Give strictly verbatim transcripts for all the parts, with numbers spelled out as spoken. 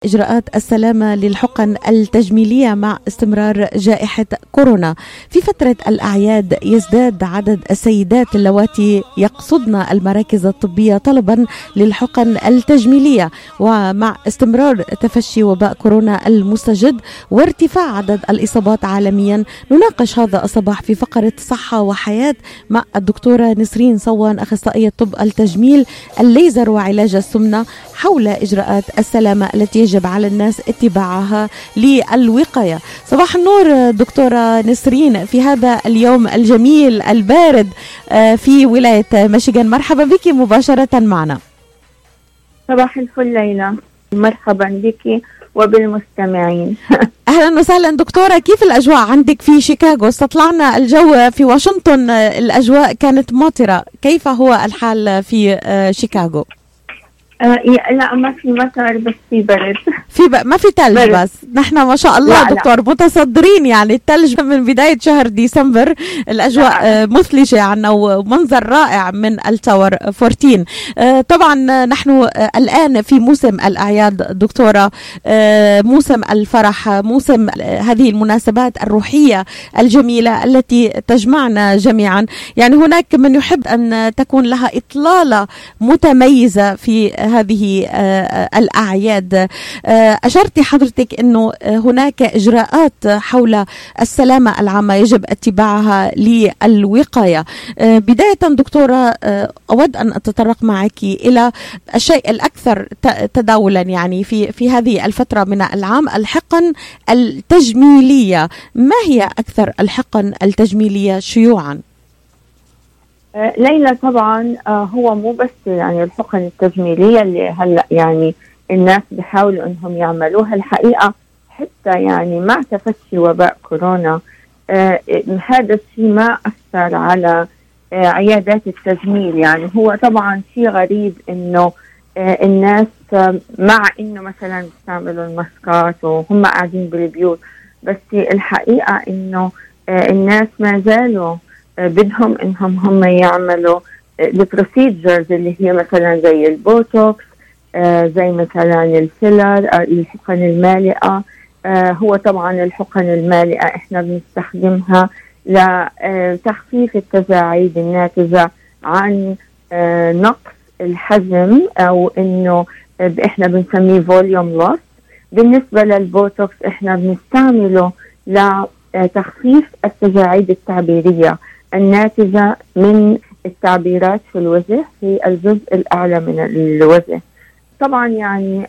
إجراءات السلامة للحقن التجميلية مع استمرار جائحة كورونا. في فترة الأعياد يزداد عدد السيدات اللواتي يقصدن المراكز الطبية طلبا للحقن التجميلية، ومع استمرار تفشي وباء كورونا المستجد وارتفاع عدد الإصابات عالميا، نناقش هذا الصباح في فقرة صحة وحياة مع الدكتورة نسرين صوان، أخصائية طب التجميل الليزر وعلاج السمنة، حول إجراءات السلامة التي يجب على الناس اتباعها للوقاية. صباح النور دكتورة نسرين في هذا اليوم الجميل البارد في ولاية ميشيغان، مرحبا بك مباشرة معنا. صباح الفل ليلى، مرحبا بك وبالمستمعين. أهلا وسهلا دكتورة، كيف الأجواء عندك في شيكاغو؟ استطلعنا الجو في واشنطن الأجواء كانت ماطرة، كيف هو الحال في شيكاغو؟ آه لا ما في مطر بس في برد، في ب... ما في ثلج بس نحن ما شاء الله لا دكتور لا. متصدرين يعني الثلج من بداية شهر ديسمبر، الأجواء آه مثلجة عنا ومنظر رائع من التاور أربعتاشر. آه طبعا نحن آه الآن في موسم الأعياد دكتورة، آه موسم الفرح، موسم آه هذه المناسبات الروحية الجميلة التي تجمعنا جميعا. يعني هناك من يحب أن تكون لها إطلالة متميزة في هذه الأعياد. أشرتي حضرتك أنه هناك إجراءات حول السلامة العامة يجب اتباعها للوقاية. بداية دكتورة أود أن أتطرق معك إلى الشيء الأكثر تداولا يعني في في هذه الفترة من العام، الحقن التجميلية. ما هي أكثر الحقن التجميلية شيوعا؟ ليلى طبعا هو مو بس يعني الحقن التجميلية اللي هلأ يعني الناس بيحاولوا انهم يعملوها. الحقيقة حتى يعني مع تفشي وباء كورونا آه هذا الشيء ما أثر على آه عيادات التجميل. يعني هو طبعا شيء غريب انه آه الناس آه مع انه مثلا بيستعملوا الماسكات وهم قاعدين بالبيوت، بس الحقيقة انه آه الناس ما زالوا بدهم انهم هم يعملوا البروسيجرز اللي هي مثلا زي البوتوكس، آه زي مثلا الفيلر، آه الحقن المالئة. آه هو طبعا الحقن المالئة احنا بنستخدمها لتخفيف التجاعيد الناتجة عن آه نقص الحجم، او انه احنا بنسميه فوليوم لوس. بالنسبة للبوتوكس احنا بنستعمله لتخفيف التجاعيد التعبيرية الناتجة من التعبيرات في الوجه في الجزء الأعلى من الوجه. طبعا يعني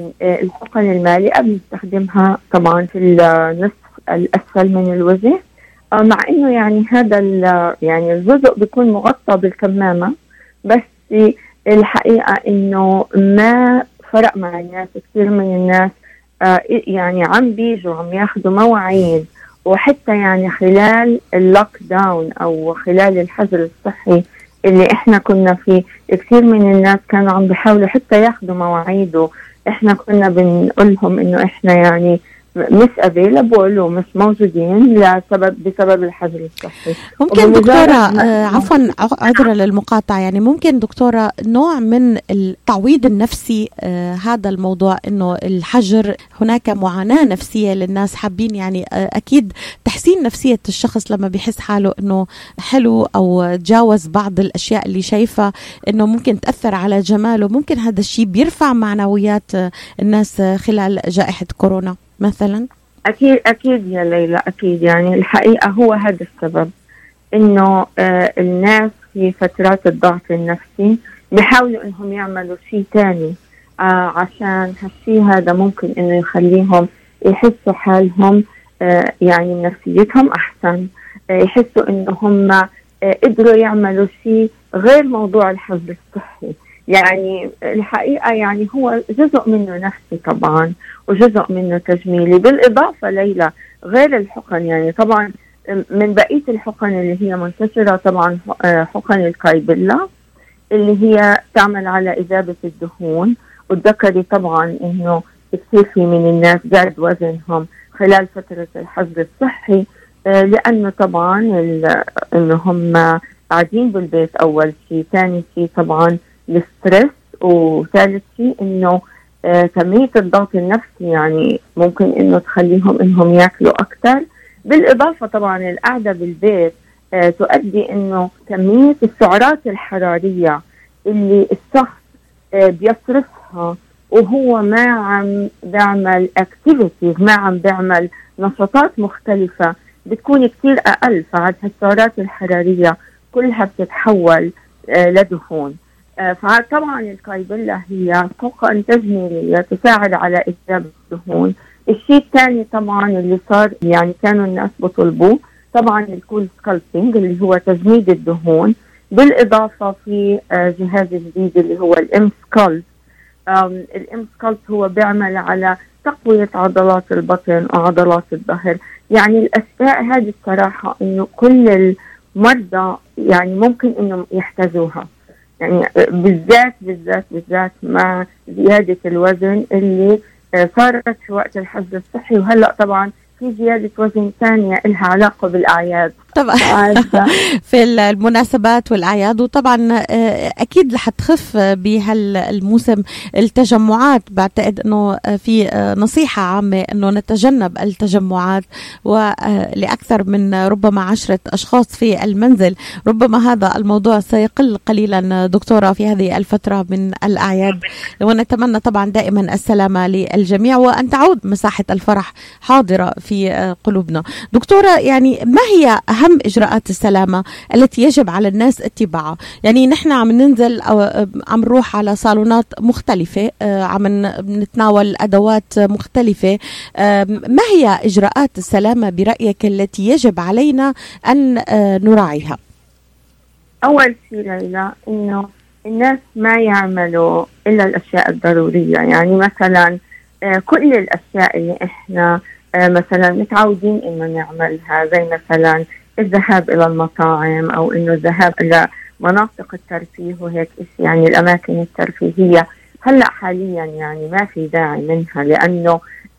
الحقن المالئة بنستخدمها طبعا في النصف الأسفل من الوجه، مع إنه يعني هذا يعني الجزء بيكون مغطى بالكمامة، بس الحقيقة إنه ما فرق مع الناس. كثير من الناس يعني عم بيجوا عم ياخدوا مواعيد، وحتى يعني خلال اللوك داون أو خلال الحظر الصحي اللي إحنا كنا فيه، كثير من الناس كانوا عم بيحاولوا حتى ياخدوا مواعيده. إحنا كنا بنقولهم إنه إحنا يعني مش افيلبل ومش موجودين لسبب بسبب الحظر الصحي. ممكن دكتورة آه عفوا عذرا للمقاطعة، يعني ممكن دكتورة نوع من التعويض النفسي آه هذا الموضوع، انه الحجر هناك معاناة نفسية للناس، حابين يعني آه اكيد تحسين نفسية الشخص لما بيحس حاله انه حلو او تجاوز بعض الاشياء اللي شايفة انه ممكن تأثر على جماله. ممكن هذا الشيء بيرفع معنويات آه الناس آه خلال جائحة كورونا مثلا؟ أكيد أكيد يا ليلى، أكيد. يعني الحقيقة هو هذا السبب، إنه آه الناس في فترات الضعف النفسي بيحاولوا إنهم يعملوا شيء تاني آه عشان هالشيء هذا ممكن إنه يخليهم يحسوا حالهم آه يعني نفسيتهم أحسن، آه يحسوا إنه هم آه قدروا يعملوا شيء غير موضوع الحظر الصحي. يعني الحقيقة يعني هو جزء منه نفسي طبعا وجزء منه تجميلي. بالإضافة ليلى غير الحقن، يعني طبعا من بقية الحقن اللي هي منتشرة طبعا حقن الكايبيلا اللي هي تعمل على إذابة الدهون، والذكري طبعا إنه كثير من الناس زاد وزنهم خلال فترة الحظر الصحي، لأنه طبعا إنه هم قاعدين بالبيت أول شيء. ثاني شيء طبعا الستريس، وثالث شيء انه آه كمية الضغط النفسي يعني ممكن إنه تخليهم إنهم يأكلوا أكثر. بالإضافة طبعا القعدة بالبيت آه تؤدي إنه كمية السعرات الحرارية اللي الشخص آه بيصرفها وهو ما عم بيعمل اكتيفيتيز، ما عم بيعمل نشاطات مختلفة، بتكون كتير أقل. فعاد هالسعرات الحرارية كلها بتتحول آه لدهون. آه فطبعا الكايبيلا هي طاقة تجميلية تساعد على إذهاب الدهون. الشيء الثاني طبعا اللي صار يعني كانوا الناس بطلبوه طبعا الكول سكالبينج اللي هو تجميد الدهون. بالإضافة في آه جهاز جديد اللي هو الام سكالب. الام سكالب هو بيعمل على تقوية عضلات البطن وعضلات الظهر. يعني الأشياء هذه الصراحة إنه كل المرضى يعني ممكن إنهم يحتاجوها، يعني بالذات بالذات بالذات مع زيادة الوزن اللي صارت في وقت الحجر الصحي. وهلأ طبعا في زيادة وزن ثانية لها علاقة بالأعياد طبعا في المناسبات والأعياد. وطبعا أكيد رح تخف بهالموسم التجمعات. بعتقد أنه في نصيحة عامة أنه نتجنب التجمعات ولأكثر من ربما عشرة أشخاص في المنزل. ربما هذا الموضوع سيقل قليلا دكتورة في هذه الفترة من الأعياد، ونتمنى طبعا دائما السلامة للجميع وأن تعود مساحة الفرح حاضرة في قلوبنا. دكتورة، يعني ما هي أهم إجراءات السلامة التي يجب على الناس اتباعها؟ يعني نحن عم ننزل أو عم نروح على صالونات مختلفة، عم نتناول أدوات مختلفة. ما هي إجراءات السلامة برأيك التي يجب علينا أن نراعيها؟ أول شيء ليلى إنه الناس ما يعملوا إلا الأشياء الضرورية. يعني مثلا كل الأشياء اللي إحنا مثلا متعودين إنه نعملها زي مثلا الذهاب إلى المطاعم أو إنه الذهاب إلى مناطق الترفيه وهيك إشي، يعني الأماكن الترفيهية هلأ حاليا يعني ما في داعي منها، لأنه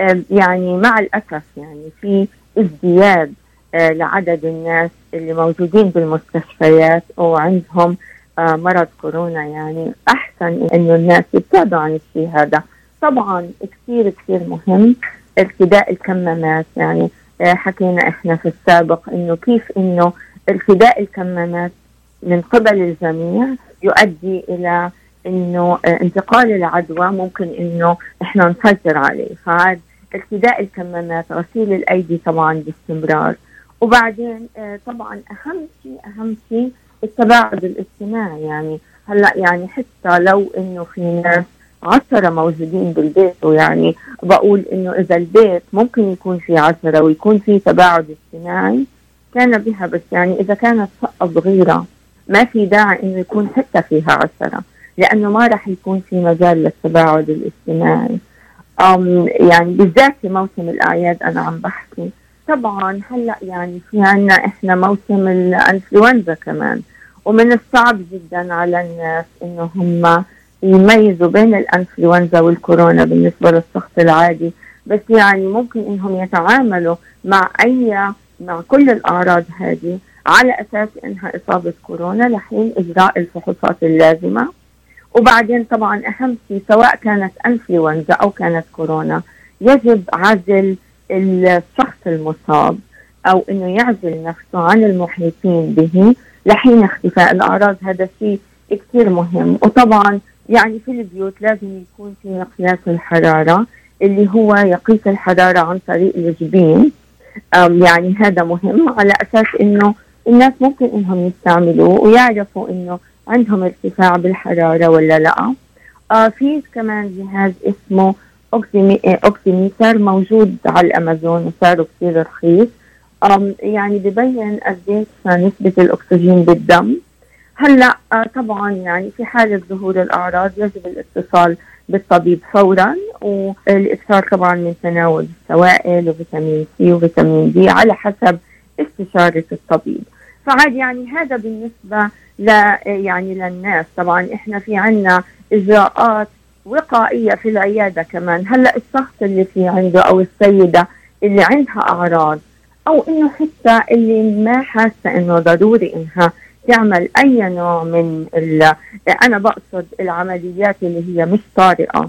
يعني مع الأسف يعني في ازدياد لعدد الناس اللي موجودين بالمستشفيات وعندهم مرض كورونا. يعني أحسن إنه الناس يبتعدوا عن الشيء هذا. طبعا كثير كثير مهم ارتداء الكمامات. يعني حكينا احنا في السابق انه كيف انه ارتداء الكمامات من قبل الجميع يؤدي الى انه انتقال العدوى ممكن انه احنا نسيطر عليه. فعاد ارتداء الكمامات، غسيل الايدي طبعا باستمرار، وبعدين طبعا اهم شيء اهم شيء التباعد الاجتماعي. يعني هلا يعني حتى لو انه في ناس عشرة موجودين بالبيت، ويعني بقول إنه إذا البيت ممكن يكون في عشرة ويكون في تباعد اجتماعي كان بها، بس يعني إذا كانت شقة صغيرة ما في داعي إنه يكون حتى فيها عشرة، لأنه ما رح يكون في مجال للتباعد الاجتماعي. أم يعني بالذات في موسم الأعياد أنا عم بحكي. طبعا هلأ يعني في عنا إحنا موسم الإنفلونزا كمان، ومن الصعب جدا على الناس إنه هم يميزوا بين الانفلونزا والكورونا بالنسبة للشخص العادي. بس يعني ممكن انهم يتعاملوا مع اي مع كل الاعراض هذه على اساس انها اصابة كورونا لحين اجراء الفحوصات اللازمة. وبعدين طبعا اهم شيء سواء كانت انفلونزا او كانت كورونا يجب عزل الشخص المصاب او انه يعزل نفسه عن المحيطين به لحين اختفاء الاعراض. هذا شيء كثير مهم. وطبعا يعني في البيوت لازم يكون في مقياس الحرارة اللي هو يقيس الحرارة عن طريق الجبين. يعني هذا مهم على أساس إنه الناس ممكن إنهم يستعملوه ويعرفوا إنه عندهم ارتفاع بالحرارة ولا لا. آه في كمان جهاز اسمه أوكسيميتر موجود على الأمازون وسعره كثير رخيص. يعني ببين قديش نسبة الأكسجين بالدم. هلا طبعا يعني في حالة ظهور الأعراض يجب الاتصال بالطبيب فورا، والإكثار طبعا من تناول السوائل وفيتامين سي وفيتامين دي على حسب استشارة الطبيب. فعاد يعني هذا بالنسبة ل يعني للناس. طبعا احنا في عنا إجراءات وقائية في العيادة كمان. هلا الشخص اللي في عنده أو السيدة اللي عندها أعراض أو إنه حتى اللي ما حاسة إنه ضروري إنها تعمل أي نوع من ال... أنا بقصد العمليات اللي هي مش طارئة،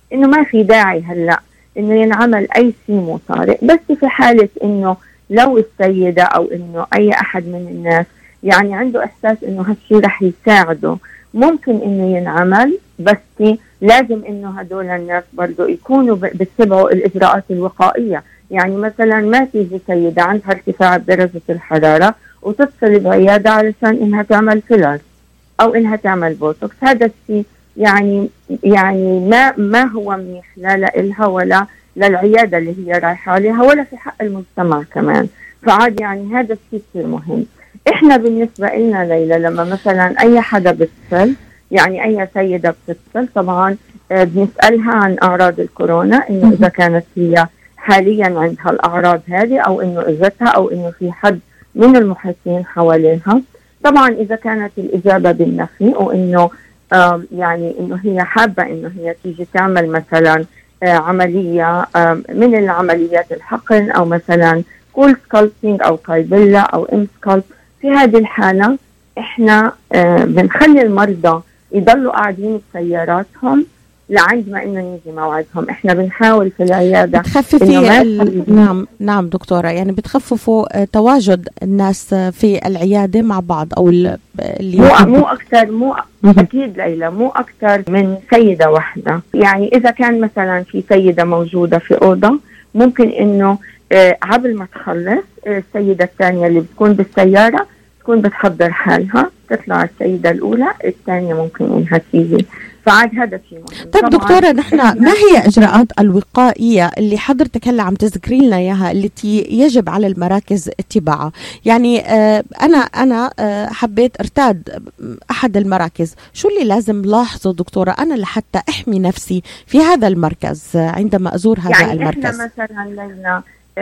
إنه ما في داعي هلأ إنه ينعمل أي شيء مو طارئ، بس في حالة إنه لو السيدة أو إنه أي أحد من الناس يعني عنده إحساس إنه هالشيء رح يساعده ممكن إنه ينعمل، بس لازم إنه هدول الناس برضو يكونوا بيتبعوا الإجراءات الوقائية. يعني مثلا ما تيجي سيدة عندها ارتفاع بدرجة الحرارة وتتصل بعيادة علشان إنها تعمل فيلر أو إنها تعمل بوتوكس، هذا الشيء يعني يعني ما ما هو منيح لا لإلها ولا للعيادة اللي هي رايحة عليها ولا في حق المجتمع كمان. فعاد يعني هذا الشيء كثير مهم. إحنا بالنسبة لنا ليلى لما مثلا أي حدا بيتصل، يعني أي سيدة بتتصل طبعا بنسألها عن أعراض الكورونا، إنه إذا كانت هي حاليا عندها الأعراض هذه أو إنه إجتها أو إنه في حد من المحيطين حواليها. طبعا إذا كانت الإجابة بالنفي وإنه آه يعني إنه هي حابة إنه هي تيجي تعمل مثلا آه عملية آه من العمليات الحقن أو مثلا كول سكالبينج أو كايبيلا أو إم سكالب، في هذه الحالة إحنا آه بنخلي المرضى يضلوا قاعدين بسياراتهم لعند ما إنه يجي موعدهم. إحنا بنحاول في العيادة بتخففي ال... نعم نعم دكتورة، يعني بتخففوا تواجد الناس في العيادة مع بعض أو ال... اللي مو مو أكثر مو أكيد ليلى مو أكثر من سيدة واحدة. يعني إذا كان مثلا في سيدة موجودة في أوضة ممكن إنه آه قبل ما تخلص آه السيدة الثانية اللي بتكون بالسيارة تكون بتحضر حالها، تطلع السيدة الأولى الثانية ممكن إنها تيجي. فعاد هذا شيء مهم. طيب دكتورة، نحن ما هي إجراءات الوقائية اللي حضرتك هلا عم تذكري لنا إياها التي يجب على المراكز اتباعها؟ يعني آه أنا أنا آه حبيت ارتاد أحد المراكز، شو اللي لازم لاحظه دكتورة أنا لحتى أحمي نفسي في هذا المركز عندما أزور هذا يعني المركز؟ يعني إحنا مثلا لنا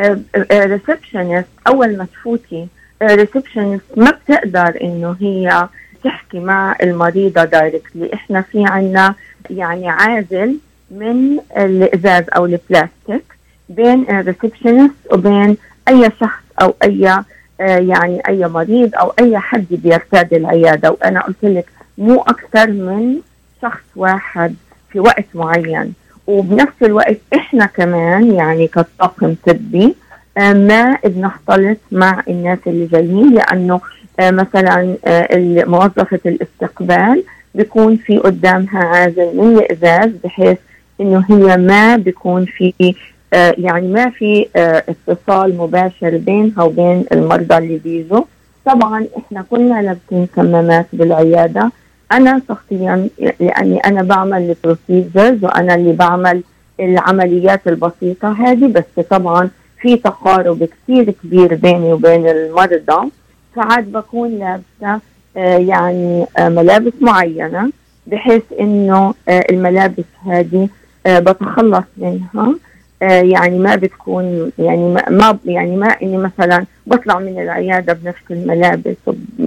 ريسبشنست أول ما تفوتي ريسبشنست ما بتقدر إنه هي تحكي مع المريضة دايركتلي. إحنا في عنا يعني عازل من الإزاز أو البلاستيك بين الريسبشنست وبين أي شخص أو أي آه يعني أي مريض أو أي حد بيرتاد العيادة. وأنا قلت لك مو أكثر من شخص واحد في وقت معين. وبنفس الوقت إحنا كمان يعني كطاقم طبي آه ما بنختلط مع الناس اللي جايين، لأنه آه مثلا آه موظفة الاستقبال بيكون في قدامها عازل من الإزاز بحيث إنه هي ما بيكون في آه يعني ما في آه اتصال مباشر بينها وبين المرضى اللي بيجوا. طبعا إحنا كلنا لابسين كمامات بالعيادة. أنا شخصيا لأني أنا بعمل البروسيجرز وأنا اللي بعمل العمليات البسيطة هذه، بس طبعا في تقارب كثير كبير بيني وبين المرضى، فعاد بكون لابسة آه يعني آه ملابس معينة بحيث إنه آه الملابس هذه آه بتخلص منها. آه يعني ما بتكون يعني ما, ما يعني ما إني مثلا بطلع من العيادة بنفس الملابس.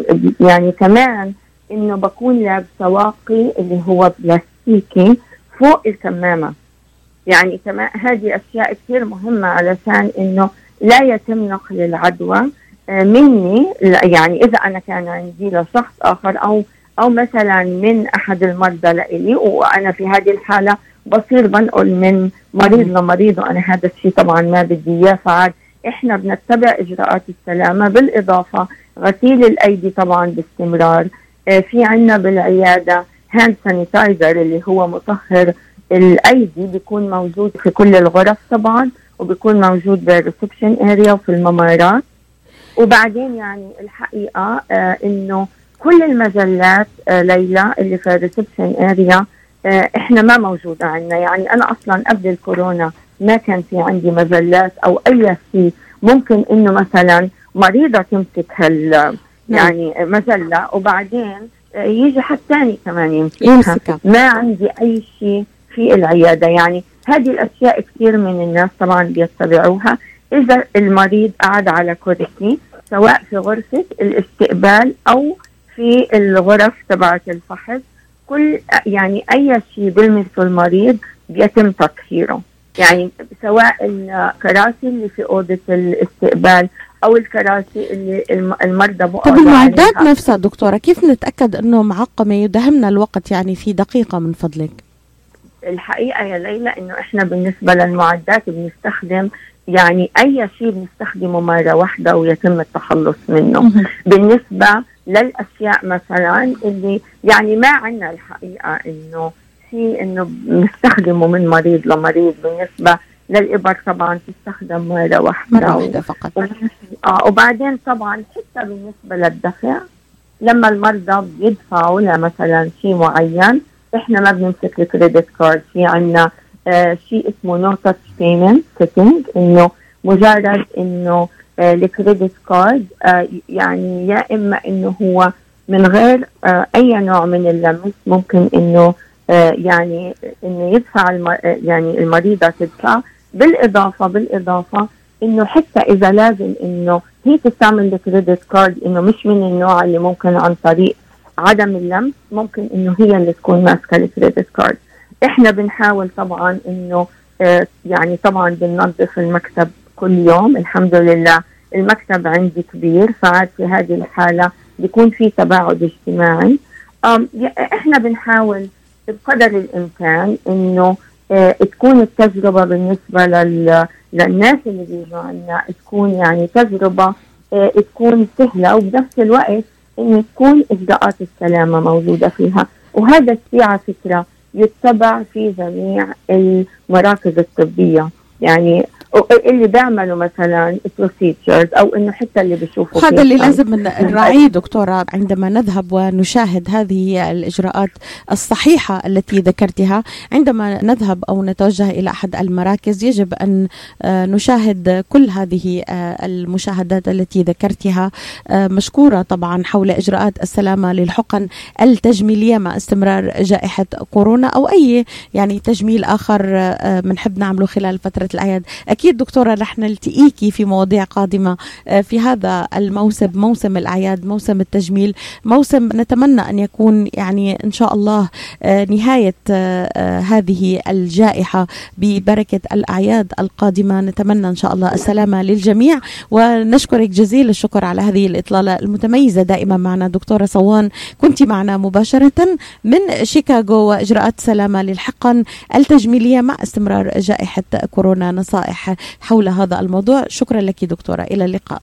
يعني كمان إنه بكون لابسة واقي اللي هو بلاستيكي فوق الكمامة. يعني كمان هذه أشياء كثير مهمة علشان إنه لا يتم نقل العدوى مني، يعني إذا أنا كان عندي لشخص آخر أو أو مثلا من أحد المرضى لإلي، وأنا في هذه الحالة بصير بنقل من مريض لمريض، وأنا هذا الشيء طبعا ما بدي إياه. فعاد إحنا بنتبع إجراءات السلامة، بالإضافة غسيل الأيدي طبعا باستمرار. في عنا بالعيادة هاند سانيتايزر اللي هو مطهر الأيدي بيكون موجود في كل الغرف طبعا، وبيكون موجود بالريسبشن اريا وفي الممرات. وبعدين يعني الحقيقة آه إنه كل المجلات آه ليلى اللي في الريسبشن اريا آه إحنا ما موجودة عنا. يعني أنا أصلا قبل الكورونا ما كان في عندي مجلات أو أي شيء ممكن إنه مثلا مريضة تمسك هال يعني مجلة وبعدين يجي حد ثاني كمان يمسكها. ما عندي أي شيء في العيادة. يعني هذه الأشياء كثير من الناس طبعا بيتبعوها. إذا المريض قاعد على كرسي سواء في غرفة الاستقبال أو في الغرف تبعت الفحص، كل يعني أي شيء بلمسه المريض بيتم تطهيره. يعني سواء الكراسي اللي في أوضة الاستقبال أو الكراسي اللي المرضى بقوا. طب المعدات نفسها دكتورة كيف نتأكد أنه معقمة؟ يدهمنا الوقت يعني في دقيقة من فضلك. الحقيقة يا ليلى إنه إحنا بالنسبة للمعدات بنستخدم يعني أي شيء بنستخدمه مرة واحدة ويتم التخلص منه. بالنسبة للأشياء مثلا اللي يعني ما عنا الحقيقة إنه شيء إنه بنستخدمه من مريض لمريض. بالنسبة للإبر طبعا تستخدم مرة واحدة, مرة واحدة فقط. آه وبعدين طبعا حتى بالنسبة للدفع لما المرضى بيدفعوا لمثلا شيء معين احنا ما بنمسك الكريدت كارد. في عنا آه شيء اسمه نو تاتش بيمنت سيتنج، انه مجرد انه آه الكريدت كارد آه يعني يا اما انه هو من غير آه اي نوع من اللمس ممكن انه آه يعني انه يدفع المر... يعني المريضة تدفع. بالاضافة بالاضافة انه حتى اذا لازم انه هي تستعمل الكريدت كارد انه مش من النوع اللي ممكن عن طريق عدم اللمس، ممكن انه هي اللي تكون ماسكه الكريدت كارد. احنا بنحاول طبعا انه آه يعني طبعا بننظف المكتب كل يوم. الحمد لله المكتب عندي كبير، فعاد في هذه الحاله بيكون في تباعد اجتماعي. احنا بنحاول بقدر الامكان انه آه تكون التجربه بالنسبه لل للناس اللي بيجوا عنا تكون يعني تجربه آه تكون سهله، وبنفس الوقت إن تكون إجراءات السلامة موجودة فيها. وهذا الشيء على فكرة يتبع في جميع المراكز الطبية، يعني اللي بيعملوا مثلا بروسيجرز أو إنه حتى اللي بيشوفوا. هذا اللي لازم نراعيه دكتورة عندما نذهب ونشاهد هذه الإجراءات الصحيحة التي ذكرتها. عندما نذهب أو نتوجه إلى أحد المراكز يجب أن نشاهد كل هذه المشاهدات التي ذكرتها. مشكورة طبعا حول إجراءات السلامة للحقن التجميلية مع استمرار جائحة كورونا أو أي يعني تجميل آخر بنحب نعمله خلال فترة الأعياد. أكيد دكتورة رح نلتقيكي في مواضيع قادمة في هذا الموسم، موسم الأعياد، موسم التجميل، موسم نتمنى أن يكون يعني إن شاء الله نهاية هذه الجائحة ببركة الأعياد القادمة. نتمنى إن شاء الله السلامة للجميع، ونشكرك جزيل الشكر على هذه الإطلالة المتميزة دائما معنا. دكتورة صوان كنت معنا مباشرة من شيكاغو، وإجراءات سلامة للحقن التجميلية مع استمرار جائحة كورونا، نصائح حول هذا الموضوع. شكرا لك دكتورة، إلى اللقاء.